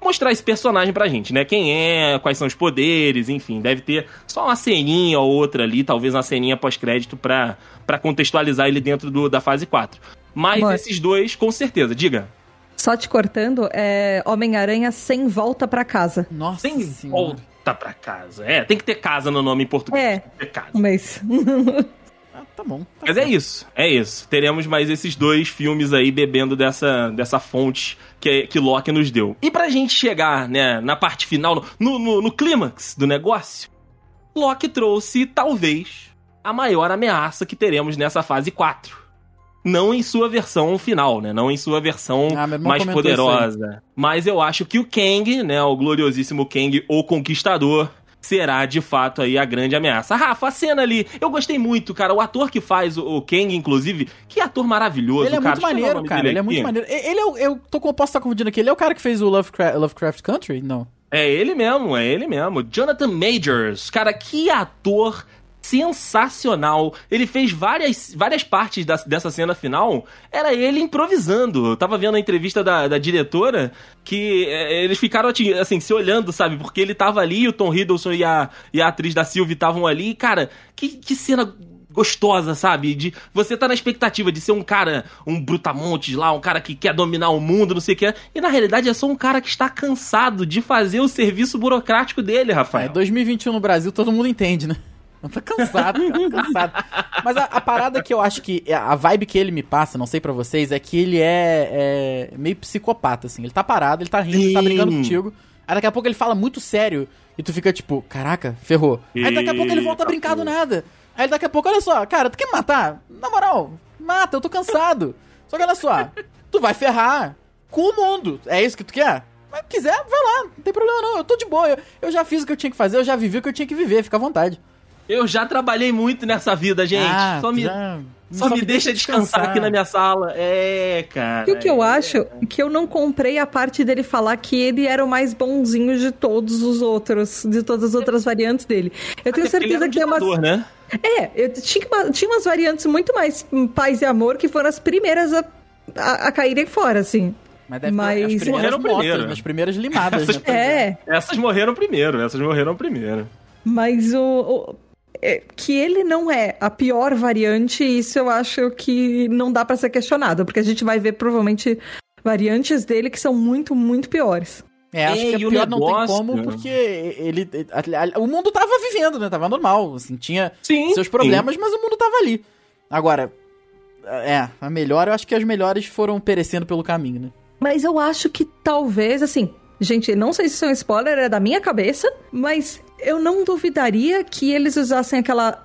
mostrar esse personagem pra gente, né? Quem é, quais são os poderes, enfim. Deve ter só uma ceninha ou outra ali, talvez uma ceninha pós-crédito pra contextualizar ele dentro da fase 4. Mas esses dois, com certeza. Diga. Só te cortando, Homem-Aranha sem volta pra casa. Nossa Sem senhora. volta pra casa. Tem que ter casa no nome em português. Tem que ter casa. Mas... Tá bom. Mas é isso. Teremos mais esses dois filmes aí bebendo dessa fonte que Loki nos deu. E pra gente chegar, né, na parte final, no clímax do negócio, Loki trouxe, talvez, a maior ameaça que teremos nessa fase 4. Não em sua versão final, né? Não em sua versão mais poderosa. Mas eu acho que o Kang, né, o gloriosíssimo Kang, o Conquistador, será, de fato, aí a grande ameaça. Rafa, a cena ali, eu gostei muito, cara. O ator que faz o Kang, inclusive, que ator maravilhoso, ele é cara. Muito maneiro, cara. Ele é muito maneiro. Ele é eu posso estar confundindo aqui. Ele é o cara que fez o Lovecraft Country? Não. É ele mesmo. Jonathan Majors. Cara, que ator sensacional. Ele fez várias partes dessa cena final. Era ele improvisando. Eu tava vendo a entrevista da diretora que eles ficaram assim, se olhando, sabe? Porque ele tava ali, o Tom Hiddleston e a atriz da Sylvie estavam ali. E, cara, que cena gostosa, sabe? De você tá na expectativa de ser um cara, um brutamontes lá, um cara que quer dominar o mundo, não sei o que. E na realidade é só um cara que está cansado de fazer o serviço burocrático dele, Rafael. 2021 no Brasil, todo mundo entende, né? Tá cansado, cara, cansado. Mas a parada que eu acho que a vibe que ele me passa, não sei pra vocês, é que ele é meio psicopata, assim. Ele tá parado, ele tá rindo, ele tá brincando contigo. Aí daqui a pouco ele fala muito sério e tu fica tipo, caraca, ferrou. Aí daqui a pouco ele volta a brincar do nada. Aí daqui a pouco, olha só, cara, tu quer me matar? Na moral, mata, eu tô cansado. Só que olha só, tu vai ferrar com o mundo. É isso que tu quer? Mas se quiser, vai lá, não tem problema não. Eu tô de boa, eu já fiz o que eu tinha que fazer, eu já vivi o que eu tinha que viver, fica à vontade. Eu já trabalhei muito nessa vida, gente. Só me deixa descansar aqui na minha sala. Cara. E o que eu acho que eu não comprei a parte dele falar que ele era o mais bonzinho de todos os outros, de todas as outras variantes dele. Eu tenho certeza que é uma... né? Tinha umas variantes muito mais paz e amor que foram as primeiras a caírem fora, assim. Mas deve ter as primeiras mortas, as primeiras limadas. Essas morreram primeiro. Mas que ele não é a pior variante, isso eu acho que não dá pra ser questionado, porque a gente vai ver provavelmente variantes dele que são muito, muito piores. Acho que a pior não tem como, porque o mundo tava vivendo, né? Tava normal, assim, tinha seus problemas, mas o mundo tava ali. Agora, a melhor, eu acho que as melhores foram perecendo pelo caminho, né? Mas eu acho que talvez, assim... Gente, não sei se isso é um spoiler, é da minha cabeça, mas eu não duvidaria que eles usassem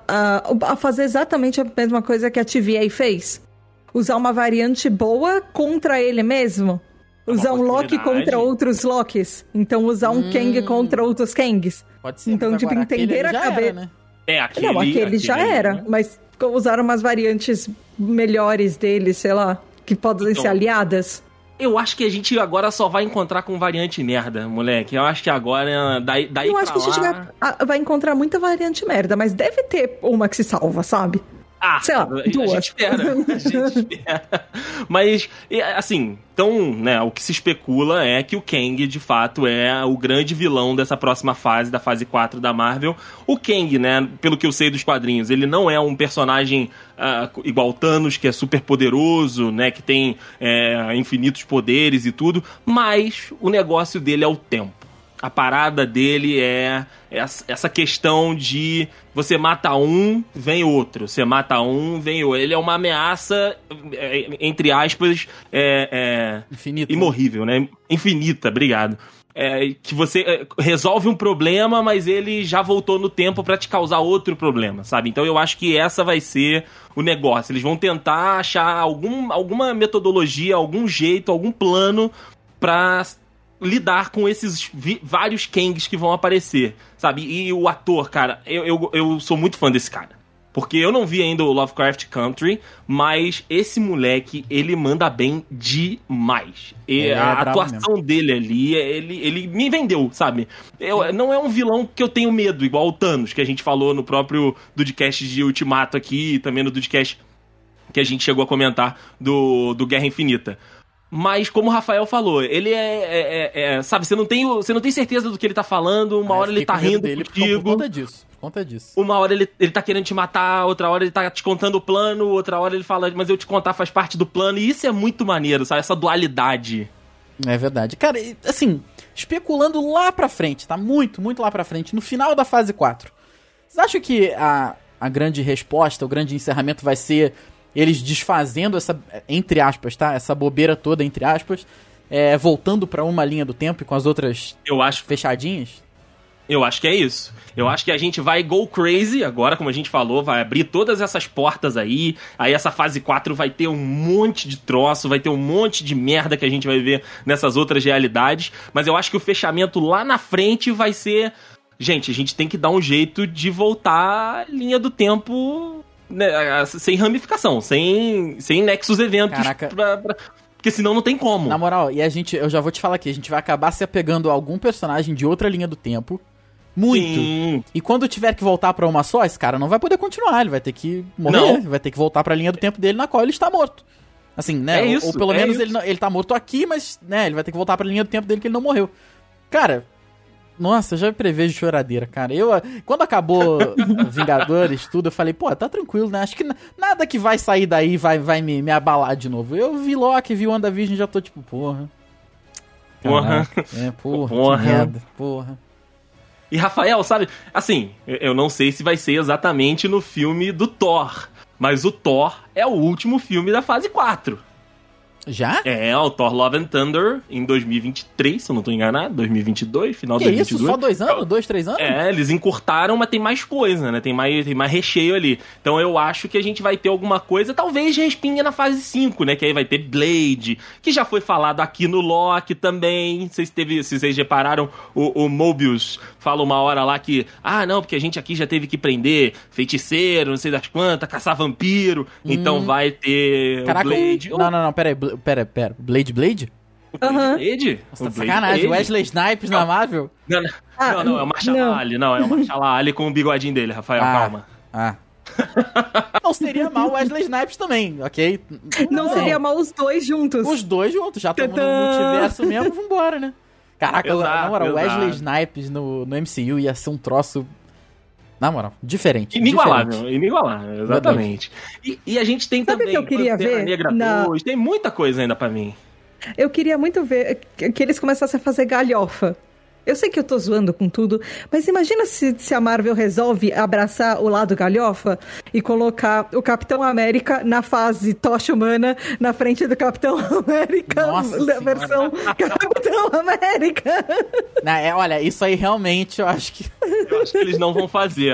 a fazer exatamente a mesma coisa que a TVA fez. Usar uma variante boa contra ele mesmo. Usar um Loki contra outros Lokis. Então usar um Kang contra outros Kangs. Pode ser, então, tipo, entender a cabeça. Né? Aquele já era, mas usaram umas variantes melhores dele, sei lá, que podem ser aliadas. Eu acho que a gente agora só vai encontrar com variante merda, moleque. Eu acho que agora, daí eu acho que a gente vai encontrar muita variante merda, mas deve ter uma que se salva, sabe? Sei lá, duas. A gente espera. Mas, assim, então, né, o que se especula é que o Kang, de fato, é o grande vilão dessa próxima fase, da fase 4 da Marvel. O Kang, né, pelo que eu sei dos quadrinhos, ele não é um personagem igual Thanos, que é super poderoso, né, que tem infinitos poderes e tudo, mas o negócio dele é o tempo. A parada dele é essa questão de você mata um, vem outro. Você mata um, vem outro. Ele é uma ameaça, entre aspas, infinita. Imorrível, né? Infinita, obrigado. Que você resolve um problema, mas ele já voltou no tempo pra te causar outro problema, sabe? Então eu acho que essa vai ser o negócio. Eles vão tentar achar alguma metodologia, algum jeito, algum plano pra lidar com esses vários Kangs que vão aparecer, sabe? E o ator, cara, eu sou muito fã desse cara. Porque eu não vi ainda o Lovecraft Country, mas esse moleque, ele manda bem demais. E a atuação dele ali, ele me vendeu, sabe? Não é um vilão que eu tenho medo, igual o Thanos, que a gente falou no próprio Dudcast de Ultimato aqui, e também no Dudcast que a gente chegou a comentar do Guerra Infinita. Mas, como o Rafael falou, ele sabe, você não tem certeza do que ele tá falando, uma hora ele tá rindo contigo. Por conta disso. Uma hora ele tá querendo te matar, outra hora ele tá te contando o plano, outra hora ele fala, mas eu te contar faz parte do plano. E isso é muito maneiro, sabe? Essa dualidade. É verdade. Cara, assim, especulando lá pra frente, tá? Muito, muito lá pra frente, no final da fase 4. Vocês acham que a grande resposta, o grande encerramento vai ser eles desfazendo essa, entre aspas, tá? Essa bobeira toda, entre aspas, voltando pra uma linha do tempo e com as outras fechadinhas? Eu acho que é isso. Eu acho que a gente vai go crazy agora, como a gente falou, vai abrir todas essas portas aí essa fase 4 vai ter um monte de troço, vai ter um monte de merda que a gente vai ver nessas outras realidades, mas eu acho que o fechamento lá na frente vai ser... Gente, a gente tem que dar um jeito de voltar à linha do tempo, né, sem ramificação, sem nexus eventos. Caraca. Porque senão não tem como. Na moral, eu já vou te falar aqui, a gente vai acabar se apegando a algum personagem de outra linha do tempo. Muito. Sim. E quando tiver que voltar pra uma só, esse cara não vai poder continuar, ele vai ter que morrer, vai ter que voltar pra linha do tempo dele na qual ele está morto. Assim, né? Ou pelo menos ele tá morto aqui, mas, né, ele vai ter que voltar pra linha do tempo dele que ele não morreu. Cara, nossa, eu já prevejo choradeira, cara. Quando acabou Vingadores, tudo, eu falei, pô, tá tranquilo, né? Acho que nada que vai sair daí vai me abalar de novo. Eu vi Loki, vi WandaVision e já tô tipo, porra. Caraca, porra, que merda, porra. E Rafael, sabe, assim, eu não sei se vai ser exatamente no filme do Thor, mas o Thor é o último filme da fase 4. Já? O Thor Love and Thunder em 2023, se eu não tô enganado, 2022, final de 2022. Que isso, só 2 anos? 2, 3 anos? Eles encurtaram, mas tem mais coisa, né? Tem mais recheio ali. Então eu acho que a gente vai ter alguma coisa, talvez respinga na fase 5, né? Que aí vai ter Blade, que já foi falado aqui no Loki também. Não sei se vocês repararam, o Mobius fala uma hora lá que, não, porque a gente aqui já teve que prender feiticeiro, não sei das quantas, caçar vampiro, então vai ter Caraca, o Blade. Não, pera. Blade? Blade? Nossa, tá sacanagem, Wesley Snipes na Marvel? Não, é o Mahershala Ali. Não, é o Mahershala Ali com o bigodinho dele, Rafael, calma. Não seria mal o Wesley Snipes também, ok? Não seria mal os dois juntos. Os dois juntos, já estamos no multiverso mesmo, vambora, né? Caraca, na moral, o Wesley Snipes no MCU ia ser um troço... Na moral, diferente. Inigualável, exatamente. E a gente tem também... Sabe o que eu queria ver? Negra 2, tem muita coisa ainda pra mim. Eu queria muito ver que eles começassem a fazer galhofa. Eu sei que eu tô zoando com tudo, mas imagina se a Marvel resolve abraçar o lado galhofa e colocar o Capitão América na fase tocha humana na frente do Capitão América, Nossa versão Capitão América. Olha, isso aí realmente eu acho que eles não vão fazer,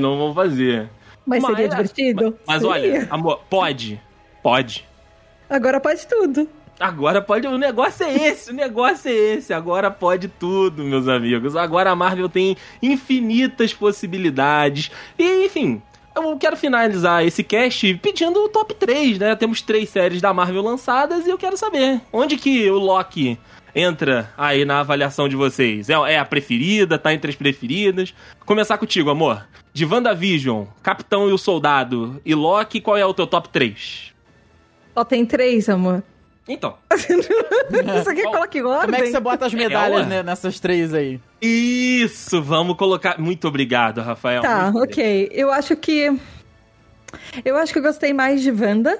Mas seria divertido? Mas seria. Olha, amor, pode. Agora pode tudo. Agora pode, o negócio é esse, agora pode tudo, meus amigos. Agora a Marvel tem infinitas possibilidades. E, enfim, eu quero finalizar esse cast pedindo o top 3, né? Temos 3 séries da Marvel lançadas e eu quero saber onde que o Loki entra aí na avaliação de vocês. É a preferida, tá entre as preferidas? Começar contigo, amor. De WandaVision, Capitão e o Soldado e Loki, qual é o teu top 3? Só tem 3, amor. Então. Você quer colocar em ordem? Como é que você bota as medalhas nessas 3 aí? Isso, vamos colocar... Muito obrigado, Rafael. Tá, ok. Eu acho que eu gostei mais de Wanda,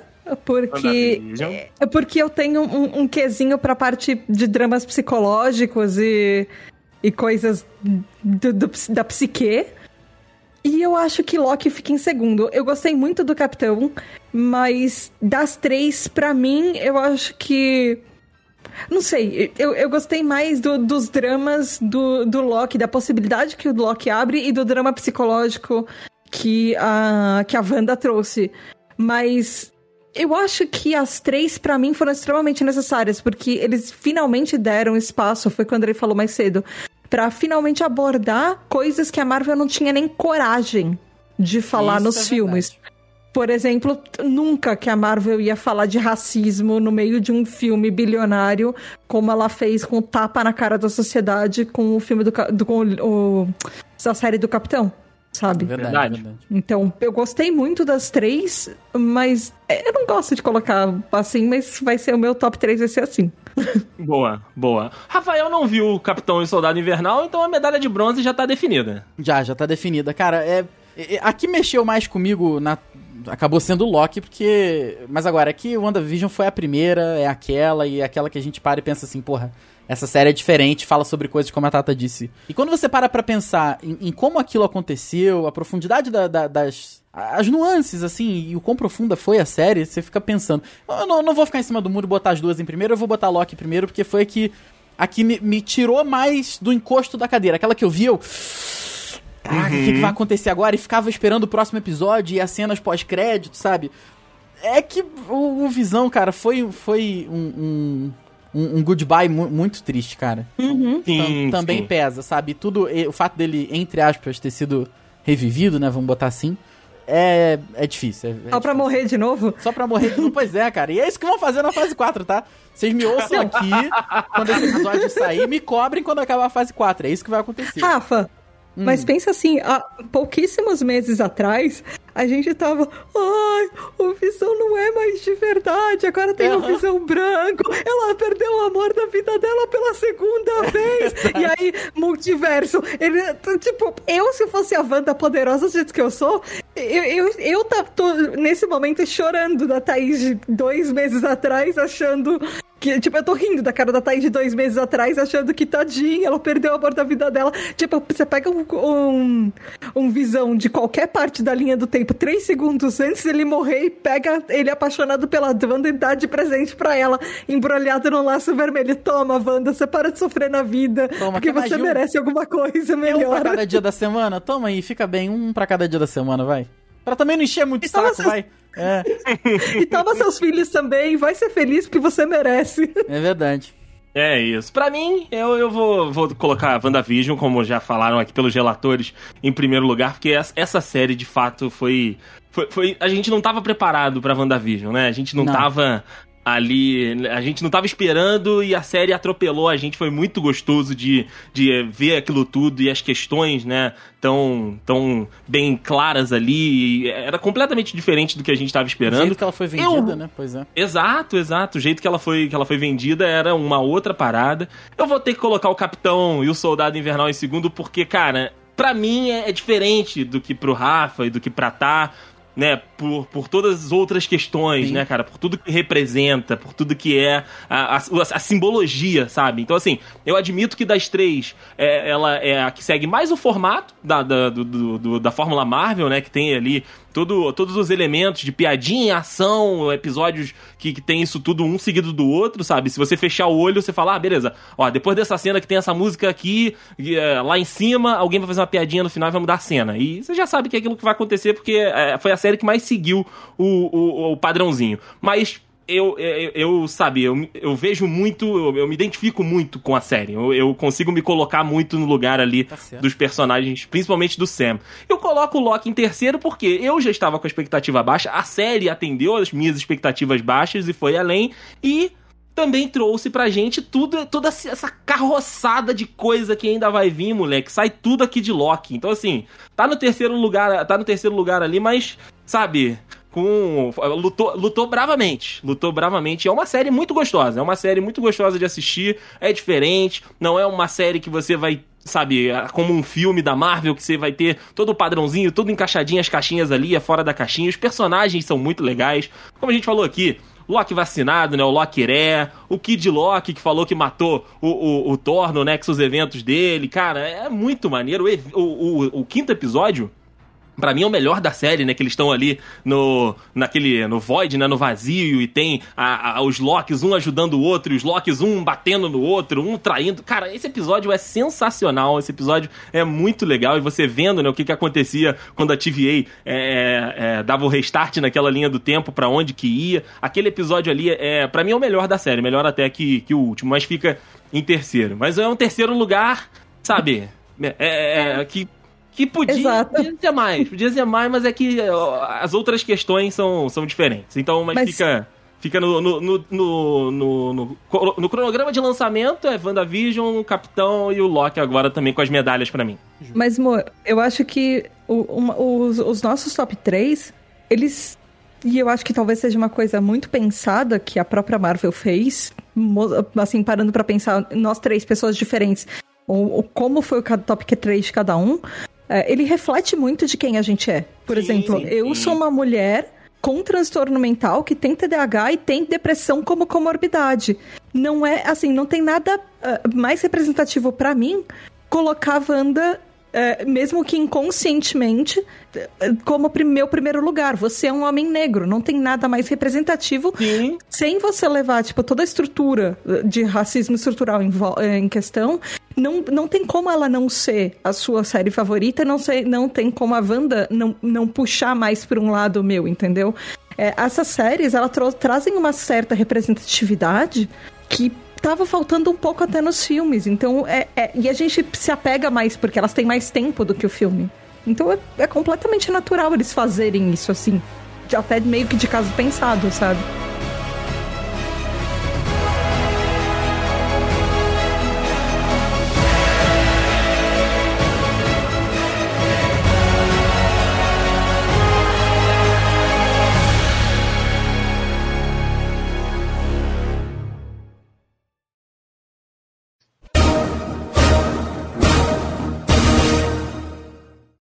porque eu tenho um quesinho pra parte de dramas psicológicos e coisas da psique. E eu acho que Loki fica em segundo. Eu gostei muito do Capitão, mas das 3, pra mim, eu acho que... Não sei, eu gostei mais dos dramas do Loki, da possibilidade que o Loki abre e do drama psicológico que a Wanda trouxe. Mas eu acho que as 3, pra mim, foram extremamente necessárias, porque eles finalmente deram espaço, foi quando ele falou mais cedo, pra finalmente abordar coisas que a Marvel não tinha nem coragem de falar nos filmes. Verdade. Por exemplo, nunca que a Marvel ia falar de racismo no meio de um filme bilionário, como ela fez com o tapa na cara da sociedade com o filme da série do Capitão. sabe? Verdade. Então, eu gostei muito das 3, mas eu não gosto de colocar assim, mas vai ser o meu top 3, vai ser assim. Boa. Rafael não viu o Capitão e o Soldado Invernal, então a medalha de bronze já tá definida. Já tá definida. Cara, aqui mexeu mais comigo, acabou sendo o Loki, porque... Mas agora, aqui o WandaVision foi a primeira, é aquela, e é aquela que a gente para e pensa assim, porra, essa série é diferente, fala sobre coisas como a Tata disse. E quando você para pra pensar em como aquilo aconteceu, a profundidade as nuances, assim, e o quão profunda foi a série, você fica pensando... Eu não vou ficar em cima do muro e botar as duas em primeiro, eu vou botar Loki primeiro, porque foi a que me tirou mais do encosto da cadeira. Aquela que eu vi, Caraca, o que vai acontecer agora? E ficava esperando o próximo episódio e as cenas pós-crédito, sabe? É que o Visão, cara, foi um goodbye muito triste, cara. Também pesa, sabe? O fato dele, entre aspas, ter sido revivido, né? Vamos botar assim. É difícil. Só pra morrer de novo? Só pra morrer de novo, pois é, cara. E é isso que vão fazer na fase 4, tá? Vocês me ouçam aqui, quando esse episódio sair, me cobrem quando acabar a fase 4. É isso que vai acontecer. Rafa, mas pensa assim, há pouquíssimos meses atrás, a gente tava... Ai, o Visão não é mais de verdade, agora tem o Visão branco. Ela perdeu o amor da vida dela pela segunda vez. E aí, multiverso. Eu, se fosse a Wanda poderosa do jeito que eu sou, eu tô nesse momento chorando da Thaís de 2 meses atrás, achando... eu tô rindo da cara da Thaís de 2 meses atrás, achando que tadinha, ela perdeu o amor da vida dela. Você pega um Visão de qualquer parte da linha do tempo, 3 segundos antes dele morrer, e pega ele apaixonado pela Wanda e dá de presente pra ela, embrulhado no laço vermelho. Toma, Wanda, você para de sofrer na vida, porque você merece alguma coisa melhor. Um pra cada dia da semana? Toma aí, fica bem, um pra cada dia da semana, vai. Pra também não encher muito saco, vai. E toma seus filhos também, vai ser feliz porque você merece. É verdade. É isso. Pra mim, eu vou colocar a WandaVision, como já falaram aqui pelos relatores, em primeiro lugar, porque essa série, de fato, foi... A gente não tava preparado pra WandaVision, né? A gente não tava... ali, a gente não tava esperando e a série atropelou a gente, foi muito gostoso de ver aquilo tudo e as questões, né, tão bem claras ali, era completamente diferente do que a gente tava esperando. O jeito que ela foi vendida, né, pois é. Exato, o jeito que ela foi vendida era uma outra parada. Eu vou ter que colocar o Capitão e o Soldado Invernal em segundo, porque, cara, pra mim é diferente do que pro Rafa e do que pra Tá, né, por todas as outras questões, né, cara, por tudo que representa, por tudo que é a simbologia, sabe? Então, assim, eu admito que das 3, ela é a que segue mais o formato da Fórmula Marvel, né, que tem ali todos os elementos de piadinha, ação, episódios que tem isso tudo um seguido do outro, sabe? Se você fechar o olho, você fala, beleza, ó, depois dessa cena que tem essa música aqui, lá em cima, alguém vai fazer uma piadinha no final e vai mudar a cena. E você já sabe que é aquilo que vai acontecer, porque foi a série que mais seguiu o padrãozinho. Mas eu vejo muito, eu me identifico muito com a série. Eu consigo me colocar muito no lugar ali dos personagens, principalmente do Sam. Eu coloco o Loki em terceiro porque eu já estava com a expectativa baixa, a série atendeu as minhas expectativas baixas e foi além, e também trouxe pra gente toda essa carroçada de coisa que ainda vai vir, moleque. Sai tudo aqui de Loki. Então, assim, tá no terceiro lugar ali, mas, sabe, lutou bravamente. É uma série muito gostosa. De assistir. É diferente. Não é uma série que você vai, sabe, como um filme da Marvel, que você vai ter todo o padrãozinho, tudo encaixadinho, as caixinhas ali, fora da caixinha. Os personagens são muito legais. Como a gente falou aqui, Loki vacinado, né? O Loki Ré, o Kid Loki que falou que matou o Thor no Nexus Eventos dele. Cara, é muito maneiro. O quinto episódio, pra mim, é o melhor da série, né? Que eles estão ali no Void, né? No vazio, e tem os Lokis, um ajudando o outro, e os Lokis, um batendo no outro, um traindo. Cara, esse episódio é sensacional, esse episódio é muito legal, e você vendo, né, o que acontecia quando a TVA dava o restart naquela linha do tempo, pra onde que ia. Aquele episódio ali, pra mim, é o melhor da série, melhor até que o último, mas fica em terceiro. Mas é um terceiro lugar, sabe? Que podia ser mais, mas é que as outras questões são diferentes. Então, mas fica Fica no cronograma de lançamento, é WandaVision, o Capitão e o Loki agora também com as medalhas pra mim. Mas, amor, eu acho que os nossos top 3, eles... E eu acho que talvez seja uma coisa muito pensada que a própria Marvel fez, assim, parando pra pensar, nós 3 pessoas diferentes, como foi o top 3 de cada um, ele reflete muito de quem a gente é. Por exemplo, eu sou uma mulher com transtorno mental que tem TDAH e tem depressão como comorbidade. Não é, assim, não tem nada mais representativo pra mim colocar a Wanda... mesmo que inconscientemente, como meu primeiro lugar. Você é um homem negro, não tem nada mais representativo. Sim. Sem você levar, tipo, toda a estrutura de racismo estrutural em questão, não tem como ela não ser a sua série favorita, não tem como a Wanda não puxar mais pra um lado meu, entendeu? Essas séries, elas trazem uma certa representatividade que tava faltando um pouco até nos filmes, então e a gente se apega mais porque elas têm mais tempo do que o filme, então é completamente natural eles fazerem isso assim, até meio que de caso pensado, sabe?